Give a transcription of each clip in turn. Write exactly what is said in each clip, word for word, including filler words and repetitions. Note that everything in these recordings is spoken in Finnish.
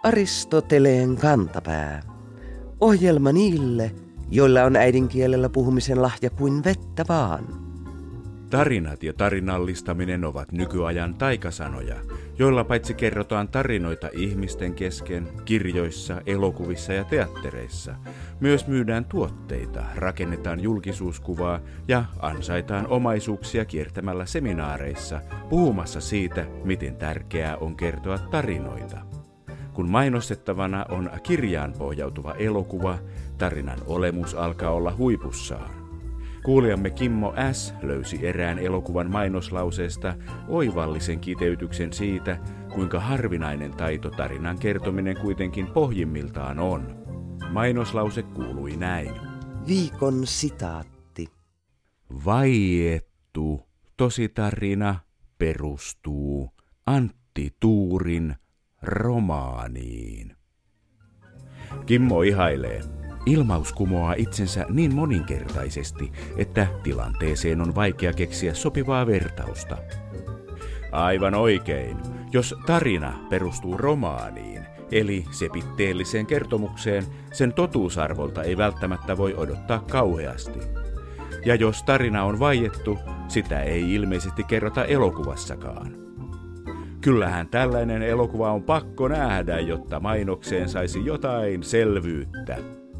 Aristoteleen kantapää. Ohjelma niille, joilla on äidinkielellä puhumisen lahja kuin vettä vaan. Tarinat ja tarinallistaminen ovat nykyajan taikasanoja, joilla paitsi kerrotaan tarinoita ihmisten kesken, kirjoissa, elokuvissa ja teattereissa, myös myydään tuotteita, rakennetaan julkisuuskuvaa ja ansaitaan omaisuuksia kiertämällä seminaareissa, puhumassa siitä, miten tärkeää on kertoa tarinoita. Kun mainostettavana on kirjaan pohjautuva elokuva, tarinan olemus alkaa olla huipussaan. Kuulijamme Kimmo S. löysi erään elokuvan mainoslauseesta oivallisen kiteytyksen siitä, kuinka harvinainen taito tarinan kertominen kuitenkin pohjimmiltaan on. Mainoslause kuului näin. Viikon sitaatti. Vaiettu tositarina perustuu Antti Tuurin romaaniin. Kimmo ihailee. Ilmaus kumoaa itsensä niin moninkertaisesti, että tilanteeseen on vaikea keksiä sopivaa vertausta. Aivan oikein. Jos tarina perustuu romaaniin, eli sepitteelliseen kertomukseen, sen totuusarvolta ei välttämättä voi odottaa kauheasti. Ja jos tarina on vaiettu, sitä ei ilmeisesti kerrota elokuvassakaan. Kyllähän tällainen elokuva on pakko nähdä, jotta mainokseen saisi jotain selvyyttä.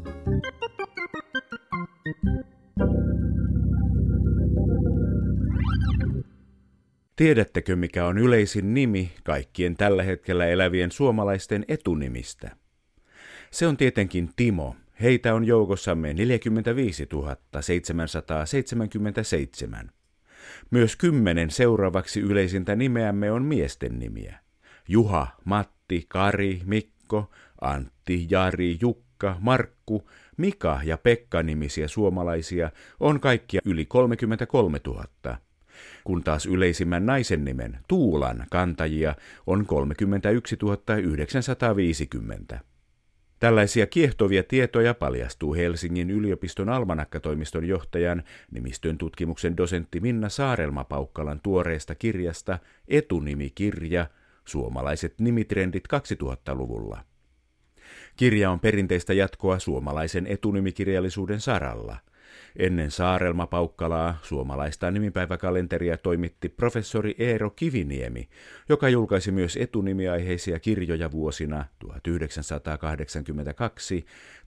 Tiedättekö, mikä on yleisin nimi kaikkien tällä hetkellä elävien suomalaisten etunimistä? Se on tietenkin Timo. Heitä on joukossamme neljäkymmentäviisituhatta seitsemänsataaseitsemänkymmentäseitsemän. Myös kymmenen seuraavaksi yleisintä nimeämme on miesten nimiä. Juha, Matti, Kari, Mikko, Antti, Jari, Jukka, Markku, Mika ja Pekka-nimisiä suomalaisia on kaikkia yli kolmekymmentäkolmetuhatta, kun taas yleisimmän naisen nimen Tuulan kantajia on kolmekymmentäyksituhatta yhdeksänsataaviisikymmentä. Tällaisia kiehtovia tietoja paljastuu Helsingin yliopiston almanakkatoimiston johtajan, nimistön tutkimuksen dosentti Minna Saarelma-Paukkalan tuoreesta kirjasta Etunimikirja, suomalaiset nimitrendit kaksituhattaluvulla. Kirja on perinteistä jatkoa suomalaisen etunimikirjallisuuden saralla. Ennen Saarelma-Paukkalaa suomalaista nimipäiväkalenteria toimitti professori Eero Kiviniemi, joka julkaisi myös etunimiaiheisia kirjoja vuosina tuhatyhdeksänsataakahdeksankymmentäkaksi,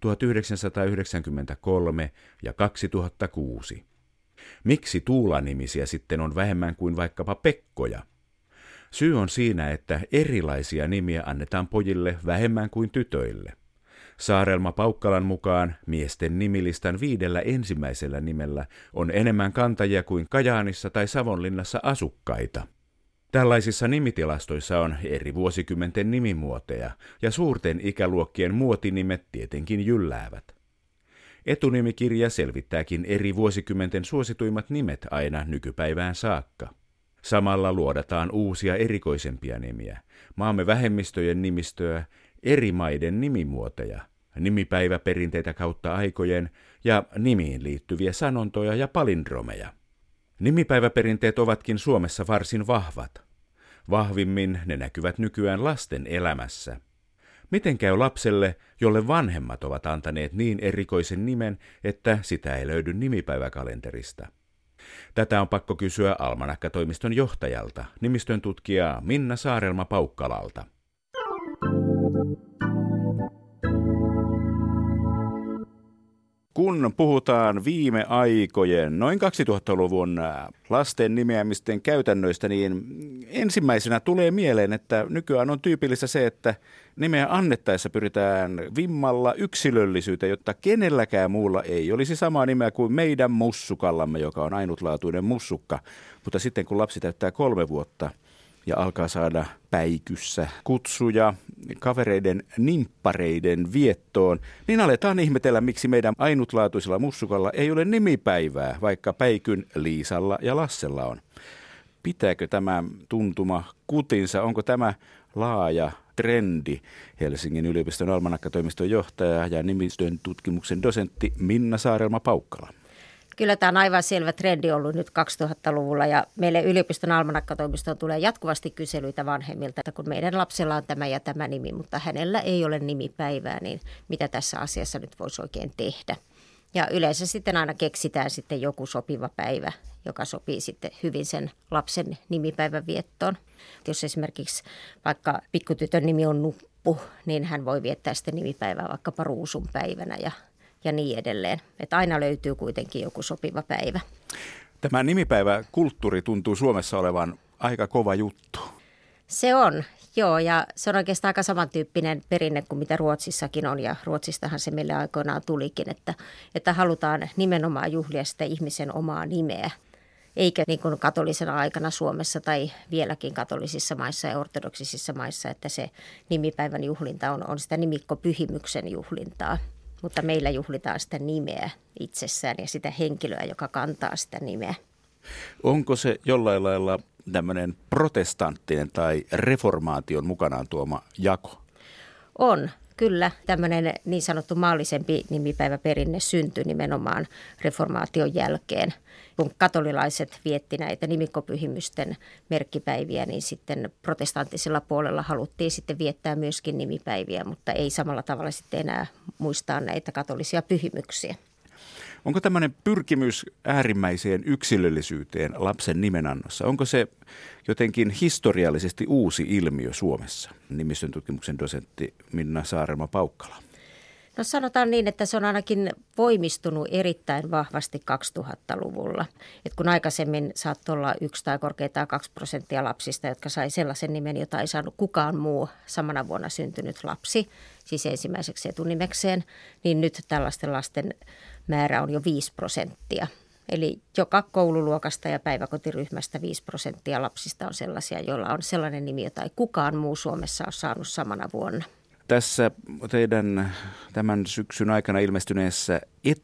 tuhatyhdeksänsataayhdeksänkymmentäkolme ja kaksituhattakuusi. Miksi Tuula-nimisiä sitten on vähemmän kuin vaikkapa Pekkoja? Syy on siinä, että erilaisia nimiä annetaan pojille vähemmän kuin tytöille. Saarelma-Paukkalan mukaan miesten nimilistan viidellä ensimmäisellä nimellä on enemmän kantajia kuin Kajaanissa tai Savonlinnassa asukkaita. Tällaisissa nimitilastoissa on eri vuosikymmenten nimimuoteja ja suurten ikäluokkien muotinimet tietenkin jylläävät. Etunimikirja selvittääkin eri vuosikymmenten suosituimmat nimet aina nykypäivään saakka. Samalla luodataan uusia erikoisempia nimiä, maamme vähemmistöjen nimistöä, eri maiden nimimuoteja, nimipäiväperinteitä kautta aikojen ja nimiin liittyviä sanontoja ja palindromeja. Nimipäiväperinteet ovatkin Suomessa varsin vahvat. Vahvimmin ne näkyvät nykyään lasten elämässä. Miten käy lapselle, jolle vanhemmat ovat antaneet niin erikoisen nimen, että sitä ei löydy nimipäiväkalenterista? Tätä on pakko kysyä almanakkatoimiston johtajalta, nimistön tutkija Minna Saarelma-Paukkalalta. Kun puhutaan viime aikojen, noin kaksituhattaluvun lasten nimeämisten käytännöistä, niin ensimmäisenä tulee mieleen, että nykyään on tyypillistä se, että nimeä annettaessa pyritään vimmalla yksilöllisyyteen, jotta kenelläkään muulla ei olisi samaa nimeä kuin meidän mussukallamme, joka on ainutlaatuinen mussukka. Mutta sitten kun lapsi täyttää kolme vuotta ja alkaa saada päikyssä kutsuja kavereiden nimppareiden viettoon, niin aletaan ihmetellä, miksi meidän ainutlaatuisella mussukalla ei ole nimipäivää, vaikka Päikyn Liisalla ja Lassella on. Pitääkö tämä tuntuma kutinsa? Onko tämä laaja trendi? Helsingin yliopiston almanakkatoimiston johtaja ja nimistön tutkimuksen dosentti Minna Saarelma-Paukkala. Kyllä tämä on aivan selvä trendi ollut nyt kaksituhattaluvulla ja meille yliopiston almanakkatoimistoon tulee jatkuvasti kyselyitä vanhemmilta, että kun meidän lapsella on tämä ja tämä nimi, mutta hänellä ei ole nimipäivää, niin mitä tässä asiassa nyt voisi oikein tehdä. Ja yleensä sitten aina keksitään sitten joku sopiva päivä, joka sopii sitten hyvin sen lapsen nimipäivän viettoon. Jos esimerkiksi vaikka pikkutytön nimi on Nuppu, niin hän voi viettää sitten nimipäivää vaikkapa ruusun päivänä ja, ja niin edelleen. Että aina löytyy kuitenkin joku sopiva päivä. Tämä nimipäiväkulttuuri tuntuu Suomessa olevan aika kova juttu. Se on, joo, ja se on oikeastaan aika samantyyppinen perinne kuin mitä Ruotsissakin on, ja Ruotsistahan se meille aikoinaan tulikin, että, että halutaan nimenomaan juhlia sitä ihmisen omaa nimeä, eikä niin kuin katolisena aikana Suomessa tai vieläkin katolisissa maissa ja ortodoksisissa maissa, että se nimipäivän juhlinta on, on sitä nimikkopyhimyksen juhlintaa, mutta meillä juhlitaan sitä nimeä itsessään ja sitä henkilöä, joka kantaa sitä nimeä. Onko se jollain lailla tämmöinen protestanttinen tai reformaation mukanaan tuoma jako? On, kyllä. Tämmöinen niin sanottu maallisempi nimipäiväperinne syntyi nimenomaan reformaation jälkeen. Kun katolilaiset vietti näitä nimikkopyhimysten merkkipäiviä, niin sitten protestanttisella puolella haluttiin sitten viettää myöskin nimipäiviä, mutta ei samalla tavalla sitten enää muistaa näitä katolisia pyhimyksiä. Onko tämmöinen pyrkimys äärimmäiseen yksilöllisyyteen lapsen nimenannossa, onko se jotenkin historiallisesti uusi ilmiö Suomessa? Nimistön tutkimuksen dosentti Minna Saarelma-Paukkala. No sanotaan niin, että se on ainakin voimistunut erittäin vahvasti kaksituhattaluvulla. Et kun aikaisemmin saattoi olla yksi tai korkeintaan kaksi prosenttia lapsista, jotka sai sellaisen nimen, jota ei saanut kukaan muu samana vuonna syntynyt lapsi, siis ensimmäiseksi etunimekseen, niin nyt tällaisten lasten määrä on jo viisi prosenttia. Eli joka koululuokasta ja päiväkotiryhmästä viisi prosenttia lapsista on sellaisia, joilla on sellainen nimi, jota ei kukaan muu Suomessa ole saanut samana vuonna. Tässä teidän tämän syksyn aikana ilmestyneessä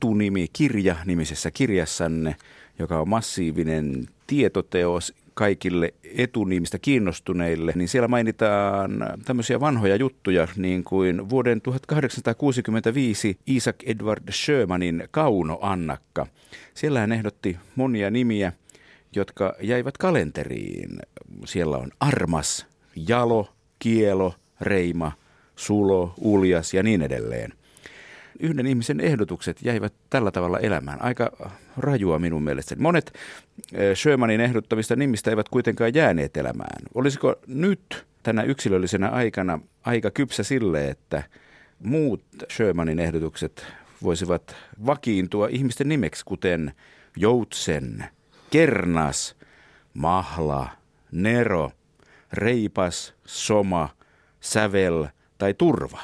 Etunimi-kirja-nimisessä kirjassanne, joka on massiivinen tietoteos kaikille etunimistä kiinnostuneille, niin siellä mainitaan tämmöisiä vanhoja juttuja, niin kuin vuoden tuhatkahdeksansataakuusikymmentäviisi Isaac Edward Shermanin Kauno Annakka. Siellä hän ehdotti monia nimiä, jotka jäivät kalenteriin. Siellä on Armas, Jalo, Kielo, Reima, Sulo, Uljas ja niin edelleen. Yhden ihmisen ehdotukset jäivät tällä tavalla elämään. Aika rajua minun mielestäni. Monet Shermanin ehdottamista nimistä eivät kuitenkaan jääneet elämään. Olisiko nyt tänä yksilöllisenä aikana aika kypsä sille, että muut Shermanin ehdotukset voisivat vakiintua ihmisten nimeksi, kuten Joutsen, Kernas, Mahla, Nero, Reipas, Soma, Sävel tai Turva?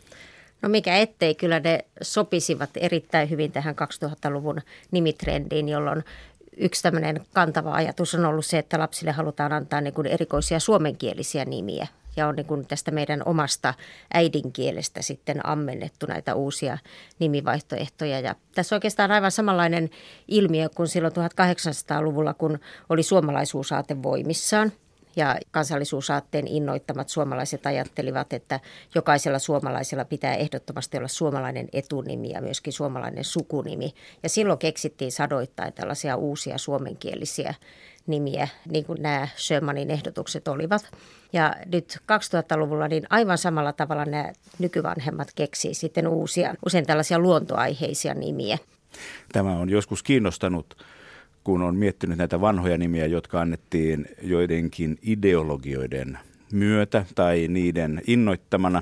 No mikä ettei, kyllä ne sopisivat erittäin hyvin tähän kaksituhattaluvun nimitrendiin, jolloin yksi tämmöinen kantava ajatus on ollut se, että lapsille halutaan antaa niin kuin erikoisia suomenkielisiä nimiä. Ja on niin kuin tästä meidän omasta äidinkielestä sitten ammennettu näitä uusia nimivaihtoehtoja. Ja tässä on oikeastaan aivan samanlainen ilmiö kuin silloin tuhatkahdeksansataaluvulla, kun oli suomalaisuusaate voimissaan. Ja kansallisuusaatteen innoittamat suomalaiset ajattelivat, että jokaisella suomalaisella pitää ehdottomasti olla suomalainen etunimi ja myöskin suomalainen sukunimi. Ja silloin keksittiin sadoittain tällaisia uusia suomenkielisiä nimiä, niin kuin nämä Shermanin ehdotukset olivat. Ja nyt kaksituhattaluvulla niin aivan samalla tavalla nämä nykyvanhemmat keksii sitten uusia, usein tällaisia luontoaiheisia nimiä. Tämä on joskus kiinnostanut, kun on miettinyt näitä vanhoja nimiä, jotka annettiin joidenkin ideologioiden myötä tai niiden innoittamana.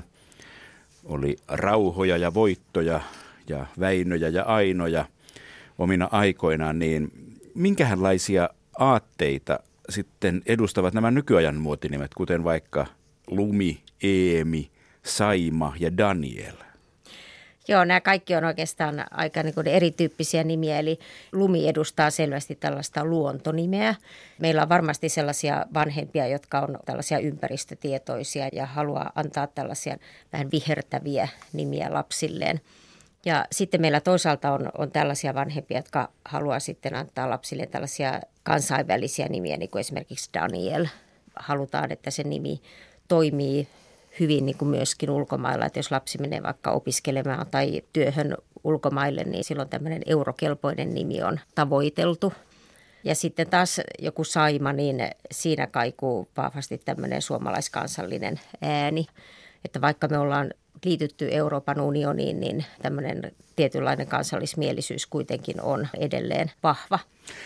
Oli Rauhoja ja Voittoja ja Väinöjä ja Ainoja omina aikoinaan, niin minkälaisia aatteita sitten edustavat nämä nykyajan muotinimet, kuten vaikka Lumi, Eemi, Saima ja Daniel? Joo, nämä kaikki on oikeastaan aika niin kuin erityyppisiä nimiä, eli Lumi edustaa selvästi tällaista luontonimeä. Meillä on varmasti sellaisia vanhempia, jotka on tällaisia ympäristötietoisia ja haluaa antaa tällaisia vähän vihertäviä nimiä lapsilleen. Ja sitten meillä toisaalta on, on tällaisia vanhempia, jotka haluaa sitten antaa lapsille tällaisia kansainvälisiä nimiä, niin kuin esimerkiksi Daniel. Halutaan, että se nimi toimii hyvin niin kuin myöskin ulkomailla, että jos lapsi menee vaikka opiskelemaan tai työhön ulkomaille, niin silloin tämmöinen eurokelpoinen nimi on tavoiteltu. Ja sitten taas joku Saima, niin siinä kaikuu vahvasti tämmöinen suomalaiskansallinen ääni. Että vaikka me ollaan liitytty Euroopan unioniin, niin tämmöinen tietynlainen kansallismielisyys kuitenkin on edelleen vahva.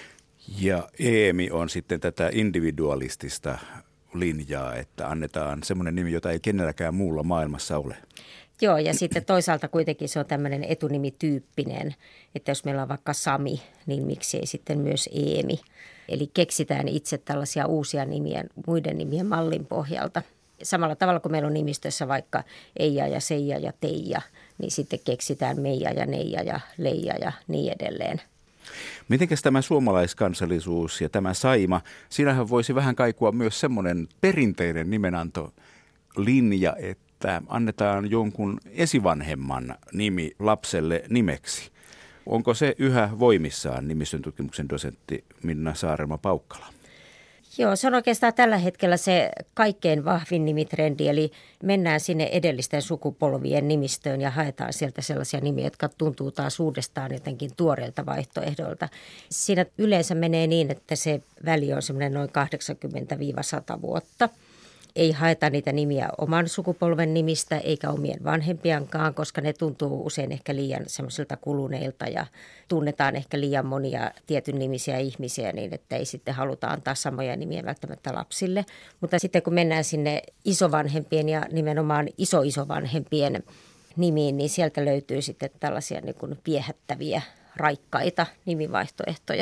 Ja Eemi on sitten tätä individualistista linjaa, että annetaan semmoinen nimi, jota ei kenelläkään muulla maailmassa ole. Joo, ja sitten toisaalta kuitenkin se on tämmöinen etunimityyppinen, että jos meillä on vaikka Sami, niin miksi ei sitten myös Eemi. Eli keksitään itse tällaisia uusia nimiä muiden nimien mallin pohjalta. Samalla tavalla kuin meillä on nimistössä vaikka Eija ja Seija ja Teija, niin sitten keksitään Meija ja Neija ja Leija ja niin edelleen. Mitenkäs tämä suomalaiskansallisuus ja tämä Saima, siinähän voisi vähän kaikua myös semmoinen perinteinen nimenantolinja, että annetaan jonkun esivanhemman nimi lapselle nimeksi. Onko se yhä voimissaan, nimistön tutkimuksen dosentti Minna Saarelma-Paukkala? Joo, se on oikeastaan tällä hetkellä se kaikkein vahvin nimitrendi, eli mennään sinne edellisten sukupolvien nimistöön ja haetaan sieltä sellaisia nimiä, jotka tuntuu taas uudestaan jotenkin tuoreilta vaihtoehdoilta. Siinä yleensä menee niin, että se väli on semmoinen noin kahdeksankymmentä sata vuotta. Ei haeta niitä nimiä oman sukupolven nimistä eikä omien vanhempiankaan, koska ne tuntuu usein ehkä liian semmoisilta kuluneilta ja tunnetaan ehkä liian monia tietyn nimisiä ihmisiä niin, että ei sitten haluta antaa samoja nimiä välttämättä lapsille. Mutta sitten kun mennään sinne isovanhempien ja nimenomaan iso-isovanhempien nimiin, niin sieltä löytyy sitten tällaisia niin kuin viehättäviä, raikkaita nimivaihtoehtoja.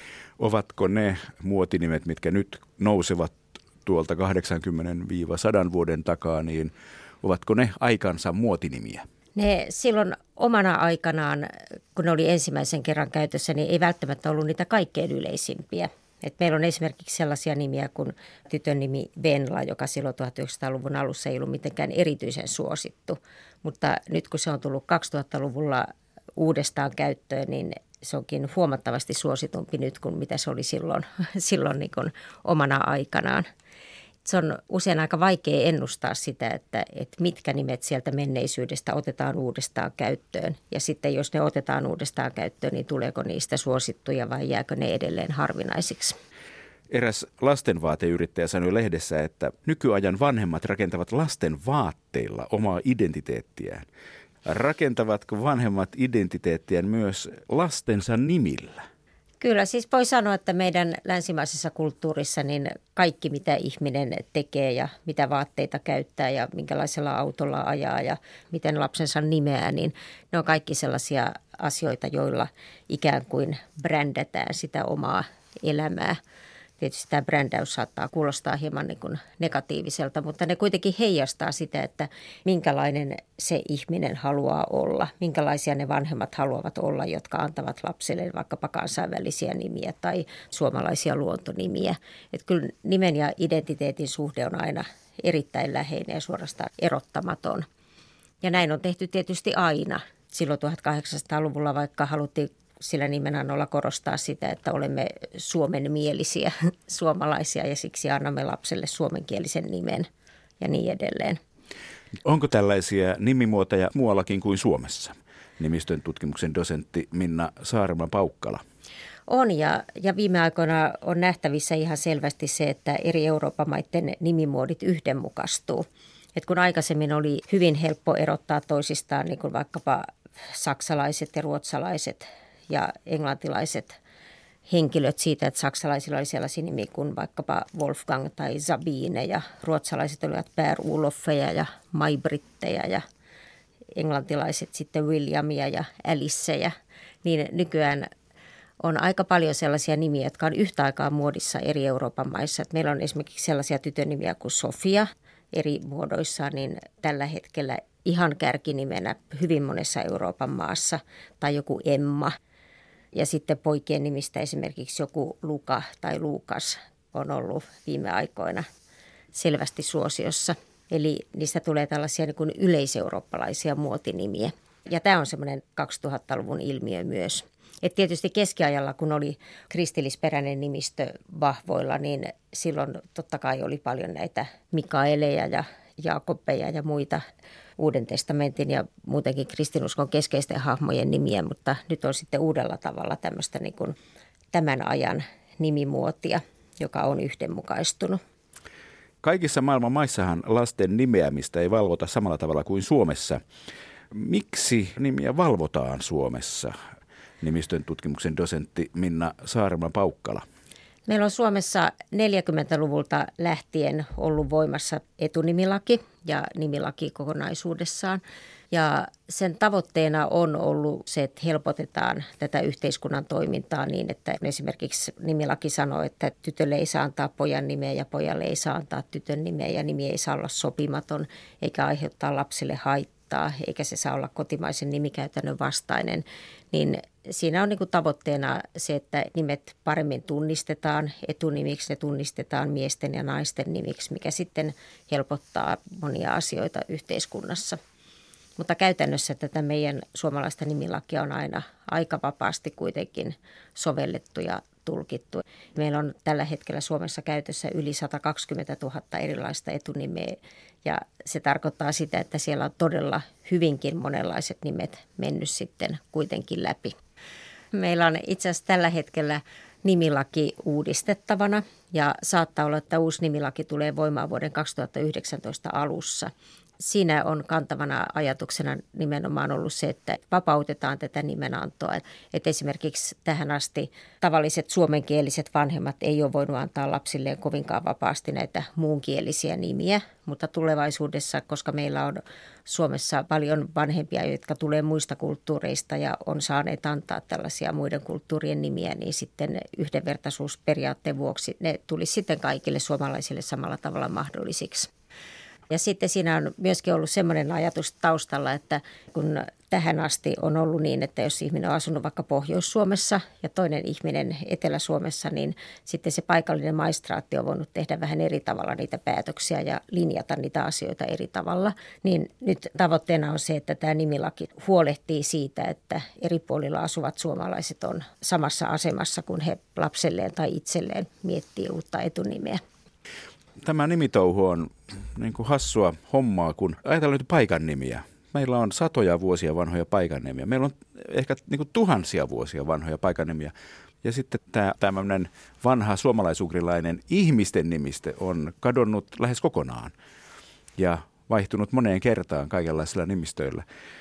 Ovatko ne muotinimet, mitkä nyt nousevat tuolta kahdeksankymmentä sata vuoden takaa, niin ovatko ne aikansa muotinimiä? Ne silloin omana aikanaan, kun ne oli ensimmäisen kerran käytössä, niin ei välttämättä ollut niitä kaikkein yleisimpiä. Et meillä on esimerkiksi sellaisia nimiä kuin tytön nimi Venla, joka silloin tuhatyhdeksänsataaluvun alussa ei ollut mitenkään erityisen suosittu. Mutta nyt kun se on tullut kaksituhattaluvulla uudestaan käyttöön, niin se onkin huomattavasti suositumpi nyt kuin mitä se oli silloin, silloin niin kuin omana aikanaan. Se on usein aika vaikea ennustaa sitä, että, että mitkä nimet sieltä menneisyydestä otetaan uudestaan käyttöön. Ja sitten jos ne otetaan uudestaan käyttöön, niin tuleeko niistä suosittuja vai jääkö ne edelleen harvinaisiksi? Eräs lastenvaateyrittäjä sanoi lehdessä, että nykyajan vanhemmat rakentavat lasten vaatteilla omaa identiteettiään. Rakentavatko vanhemmat identiteettiään myös lastensa nimillä? Kyllä, siis voi sanoa, että meidän länsimaisessa kulttuurissa niin kaikki, mitä ihminen tekee ja mitä vaatteita käyttää ja minkälaisella autolla ajaa ja miten lapsensa nimeää, niin ne on kaikki sellaisia asioita, joilla ikään kuin brändätään sitä omaa elämää. Tietysti tämä brändäys saattaa kuulostaa hieman niin kuin negatiiviselta, mutta ne kuitenkin heijastaa sitä, että minkälainen se ihminen haluaa olla, minkälaisia ne vanhemmat haluavat olla, jotka antavat lapselle vaikkapa kansainvälisiä nimiä tai suomalaisia luontonimiä. Että kyllä nimen ja identiteetin suhde on aina erittäin läheinen ja suorastaan erottamaton. Ja näin on tehty tietysti aina. Silloin tuhatkahdeksansataaluvulla vaikka haluttiin sillä nimenannolla korostaa sitä, että olemme suomenmielisiä suomalaisia ja siksi annamme lapselle suomenkielisen nimen ja niin edelleen. Onko tällaisia nimimuotoja muuallakin kuin Suomessa? Nimistön tutkimuksen dosentti Minna Saarelma-Paukkala. On ja, ja viime aikoina on nähtävissä ihan selvästi se, että eri Euroopan maiden nimimuodit yhdenmukaistuu. Et kun aikaisemmin oli hyvin helppo erottaa toisistaan niin kuin vaikkapa saksalaiset ja ruotsalaiset ja englantilaiset henkilöt siitä, että saksalaisilla oli sellaisia nimiä kuin vaikkapa Wolfgang tai Sabine ja ruotsalaiset olivat Per-Olofeja ja May-Brittejä ja englantilaiset sitten Williamia ja Aliceja. Niin nykyään on aika paljon sellaisia nimiä, jotka on yhtä aikaa muodissa eri Euroopan maissa. Et meillä on esimerkiksi sellaisia tytön nimiä kuin Sofia eri muodoissaan, niin tällä hetkellä ihan kärkinimenä hyvin monessa Euroopan maassa tai joku Emma. Ja sitten poikien nimistä esimerkiksi joku Luka tai Luukas on ollut viime aikoina selvästi suosiossa. Eli niistä tulee tällaisia niin kuin yleiseurooppalaisia muotinimiä. Ja tämä on semmoinen kaksituhattaluvun ilmiö myös. Et tietysti keskiajalla, kun oli kristillisperäinen nimistö vahvoilla, niin silloin totta kai oli paljon näitä Mikaeleja ja Jaakobeja ja muita Uuden testamentin ja muutenkin kristinuskon keskeisten hahmojen nimiä, mutta nyt on sitten uudella tavalla tämmöistä niin kuin tämän ajan nimimuotia, joka on yhdenmukaistunut. Kaikissa maailman maissahan lasten nimeämistä ei valvota samalla tavalla kuin Suomessa. Miksi nimiä valvotaan Suomessa? Nimistön tutkimuksen dosentti Minna Saarma-Paukkala. Meillä on Suomessa neljäkymmentäluvulta lähtien ollut voimassa etunimilaki ja nimilaki kokonaisuudessaan. Ja sen tavoitteena on ollut se, että helpotetaan tätä yhteiskunnan toimintaa niin, että esimerkiksi nimilaki sanoo, että tytölle ei saa antaa pojan nimeä ja pojalle ei saa antaa tytön nimeä ja nimi ei saa olla sopimaton eikä aiheuttaa lapselle haittaa eikä se saa olla kotimaisen nimikäytännön vastainen. Niin siinä on niin kuin tavoitteena se, että nimet paremmin tunnistetaan etunimiksi, ne tunnistetaan miesten ja naisten nimiksi, mikä sitten helpottaa monia asioita yhteiskunnassa. Mutta käytännössä tätä meidän suomalaista nimilakia on aina aika vapaasti kuitenkin sovellettu ja tulkittu. Meillä on tällä hetkellä Suomessa käytössä yli sata kaksikymmentätuhatta erilaista etunimeä ja se tarkoittaa sitä, että siellä on todella hyvinkin monenlaiset nimet mennyt sitten kuitenkin läpi. Meillä on itse asiassa tällä hetkellä nimilaki uudistettavana ja saattaa olla, että uusi nimilaki tulee voimaan vuoden kaksituhattayhdeksäntoista alussa. Siinä on kantavana ajatuksena nimenomaan ollut se, että vapautetaan tätä nimenantoa. Että esimerkiksi tähän asti tavalliset suomenkieliset vanhemmat ei ole voinut antaa lapsilleen kovinkaan vapaasti näitä muunkielisiä nimiä, mutta tulevaisuudessa, koska meillä on Suomessa paljon vanhempia, jotka tulee muista kulttuureista ja on saaneet antaa tällaisia muiden kulttuurien nimiä, niin sitten yhdenvertaisuusperiaatteen vuoksi ne tulisi sitten kaikille suomalaisille samalla tavalla mahdollisiksi. Ja sitten siinä on myöskin ollut semmoinen ajatus taustalla, että kun tähän asti on ollut niin, että jos ihminen on asunut vaikka Pohjois-Suomessa ja toinen ihminen Etelä-Suomessa, niin sitten se paikallinen maistraatti on voinut tehdä vähän eri tavalla niitä päätöksiä ja linjata niitä asioita eri tavalla. Niin nyt tavoitteena on se, että tämä nimilaki huolehtii siitä, että eri puolilla asuvat suomalaiset on samassa asemassa, kun he lapselleen tai itselleen miettii uutta etunimeä. Tämä nimitouhu on niin kuin hassua hommaa, kun ajatellaan nyt paikan nimiä. Meillä on satoja vuosia vanhoja paikan nimiä. Meillä on ehkä niin kuin tuhansia vuosia vanhoja paikan nimiä. Ja sitten tämä tämmöinen vanha suomalaisugrilainen ihmisten nimiste on kadonnut lähes kokonaan ja vaihtunut moneen kertaan kaikenlaisilla nimistöillä.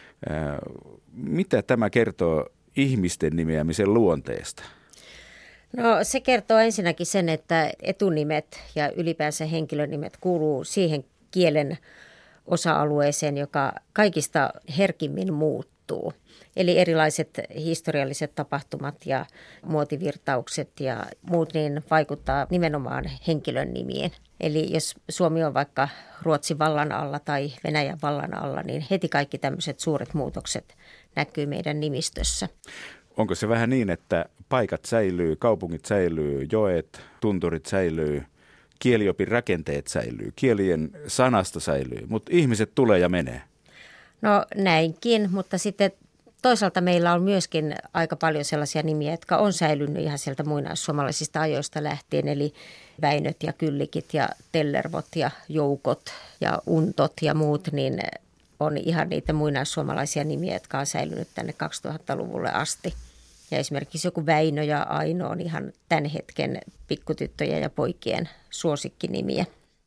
Mitä tämä kertoo ihmisten nimeämisen luonteesta? No se kertoo ensinnäkin sen, että etunimet ja ylipäänsä henkilönimet kuuluu siihen kielen osa-alueeseen, joka kaikista herkimmin muuttuu. Eli erilaiset historialliset tapahtumat ja muotivirtaukset ja muut niin vaikuttaa nimenomaan henkilön nimiin. Eli jos Suomi on vaikka Ruotsin vallan alla tai Venäjän vallan alla, niin heti kaikki tämmöiset suuret muutokset näkyy meidän nimistössä. Onko se vähän niin, että paikat säilyy, kaupungit säilyy, joet, tunturit säilyy, kieliopin rakenteet säilyy, kielien sanasta säilyy, mutta ihmiset tulee ja menee? No näinkin, mutta sitten toisaalta meillä on myöskin aika paljon sellaisia nimiä, jotka on säilynyt ihan sieltä muinaissuomalaisista ajoista lähtien, eli Väinöt ja Kyllikit ja Tellervot ja Joukot ja Untot ja muut, niin on ihan niitä muinaissuomalaisia nimiä, jotka on säilynyt tänne kaksituhattaluvulle asti. Ja esimerkiksi joku Väinö ja Aino on ihan tämän hetken pikkutyttöjen ja poikien suosikkinimiä.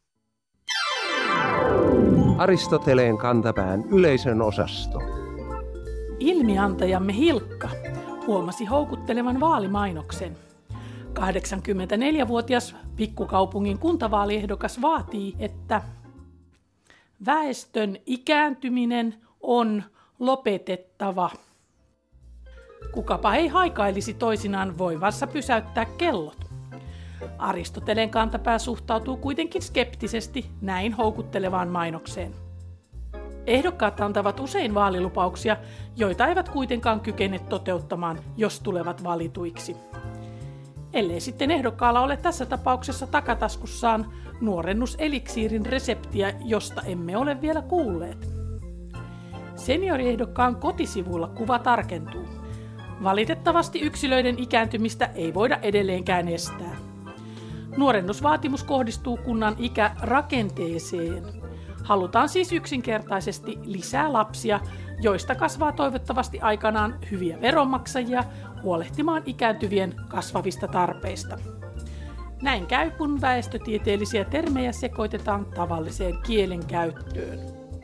Aristoteleen kantapään yleisön osasto. Ilmiantajamme Hilkka huomasi houkuttelevan vaalimainoksen. kahdeksankymmentäneljävuotias pikkukaupungin kuntavaaliehdokas vaatii, että väestön ikääntyminen on lopetettava. Kukapa ei haikailisi toisinaan voivansa pysäyttää kellot. Aristoteleen kantapää suhtautuu kuitenkin skeptisesti näin houkuttelevaan mainokseen. Ehdokkaat antavat usein vaalilupauksia, joita eivät kuitenkaan kykene toteuttamaan, jos tulevat valituiksi. Ellei sitten ehdokkaalla ole tässä tapauksessa takataskussaan nuorennuseliksiirin reseptiä, josta emme ole vielä kuulleet. Senioriehdokkaan kotisivuilla kuva tarkentuu. Valitettavasti yksilöiden ikääntymistä ei voida edelleenkään estää. Nuorennusvaatimus kohdistuu kunnan ikärakenteeseen. Halutaan siis yksinkertaisesti lisää lapsia, joista kasvaa toivottavasti aikanaan hyviä veronmaksajia huolehtimaan ikääntyvien kasvavista tarpeista. Näin käy, kun väestötieteellisiä termejä sekoitetaan tavalliseen kielenkäyttöön.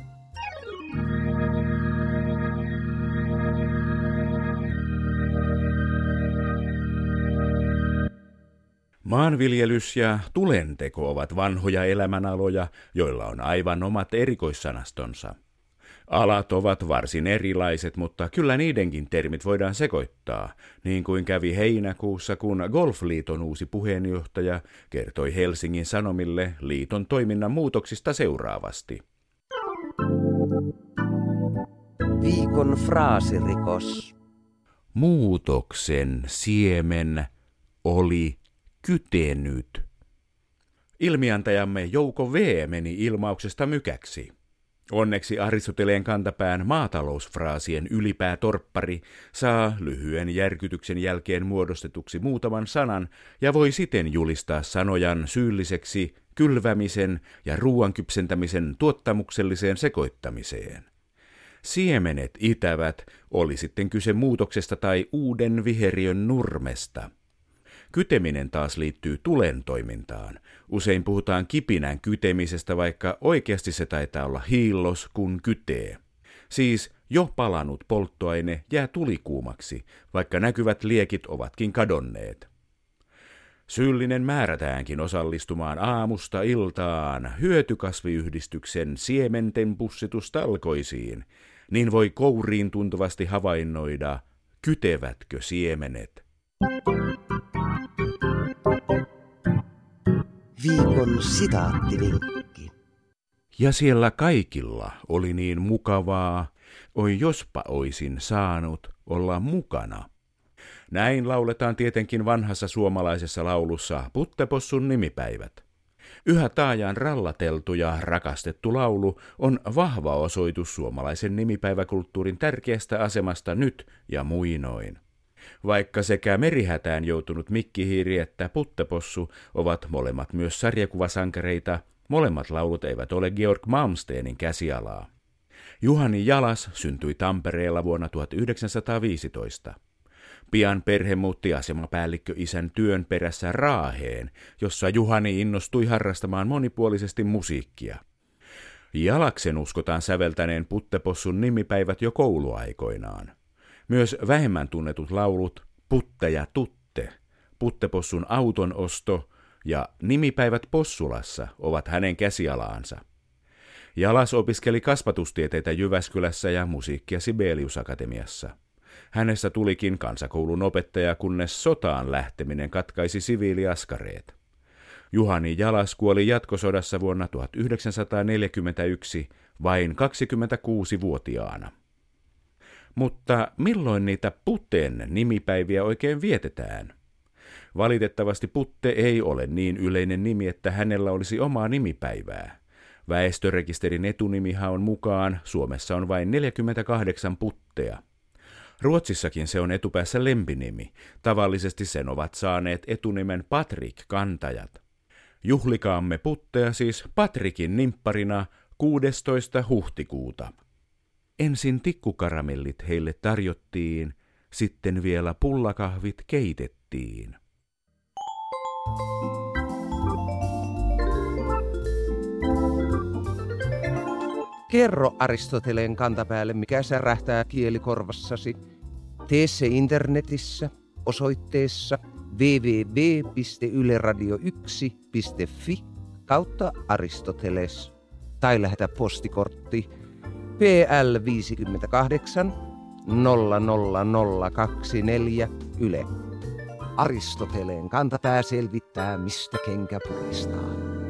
Maanviljelys ja tulenteko ovat vanhoja elämänaloja, joilla on aivan omat erikoissanastonsa. Alat ovat varsin erilaiset, mutta kyllä niidenkin termit voidaan sekoittaa, niin kuin kävi heinäkuussa, kun Golfliiton uusi puheenjohtaja kertoi Helsingin Sanomille liiton toiminnan muutoksista seuraavasti. Viikon fraasirikos. Muutoksen siemen oli kytenyt. Ilmiantajamme Jouko V. meni ilmauksesta mykäksi. Onneksi Aristoteleen kantapään maatalousfraasien ylipäätorppari saa lyhyen järkytyksen jälkeen muodostetuksi muutaman sanan ja voi siten julistaa sanojan syylliseksi kylvämisen ja ruoan kypsentämisen tuottamukselliseen sekoittamiseen. Siemenet itävät, oli sitten kyse muutoksesta tai uuden viheriön nurmesta. Kyteminen taas liittyy tulen toimintaan. Usein puhutaan kipinän kytemisestä, vaikka oikeasti se taitaa olla hiillos, kun kytee. Siis jo palanut polttoaine jää tulikuumaksi, vaikka näkyvät liekit ovatkin kadonneet. Syyllinen määrätäänkin osallistumaan aamusta iltaan hyötykasviyhdistyksen siementen pussitustalkoisiin, niin voi kouriin tuntuvasti havainnoida, kytevätkö siemenet. Viikon sitaattivinkki. Ja siellä kaikilla oli niin mukavaa, oi jospa oisin saanut olla mukana. Näin lauletaan tietenkin vanhassa suomalaisessa laulussa Puttepossun nimipäivät. Yhä taajaan rallateltu ja rakastettu laulu on vahva osoitus suomalaisen nimipäiväkulttuurin tärkeästä asemasta nyt ja muinoin. Vaikka sekä merihätään joutunut mikkihiiri että Puttepossu ovat molemmat myös sarjakuvasankareita, molemmat laulut eivät ole Georg Malmstenin käsialaa. Juhani Jalas syntyi Tampereella vuonna tuhatyhdeksänsataaviisitoista. Pian perhe muutti asemapäällikkö isän työn perässä Raaheen, jossa Juhani innostui harrastamaan monipuolisesti musiikkia. Jalaksen uskotaan säveltäneen Puttepossun nimipäivät jo kouluaikoinaan. Myös vähemmän tunnetut laulut Putte ja Tutte, Puttepossun auton osto ja Nimipäivät Possulassa ovat hänen käsialaansa. Jalas opiskeli kasvatustieteitä Jyväskylässä ja musiikkia Sibelius-akatemiassa. Hänestä tulikin kansakoulun opettaja, kunnes sotaan lähteminen katkaisi siviiliaskareet. Juhani Jalas kuoli jatkosodassa vuonna tuhatyhdeksänsataaneljäkymmentäyksi vain kaksikymmentäkuusivuotiaana. Mutta milloin niitä Putten nimipäiviä oikein vietetään? Valitettavasti Putte ei ole niin yleinen nimi, että hänellä olisi omaa nimipäivää. Väestörekisterin etunimihaun mukaan Suomessa on vain neljäkymmentäkahdeksan Puttea. Ruotsissakin se on etupäässä lempinimi. Tavallisesti sen ovat saaneet etunimen Patrik kantajat. Juhlikaamme Puttea siis Patrikin nimpparina kuudestoista huhtikuuta. Ensin tikkukaramellit heille tarjottiin, sitten vielä pullakahvit keitettiin. Kerro Aristoteleen kantapäälle, mikä särähtää kielikorvassasi. Tee se internetissä osoitteessa double-u double-u double-u piste yle radio yksi piste fi kautta Aristoteles tai lähetä postikortti P L viisikymmentäkahdeksan nolla nolla nolla kaksikymmentäneljä Yle. Aristoteleen kantapää selvittää, mistä kenkä puristaa.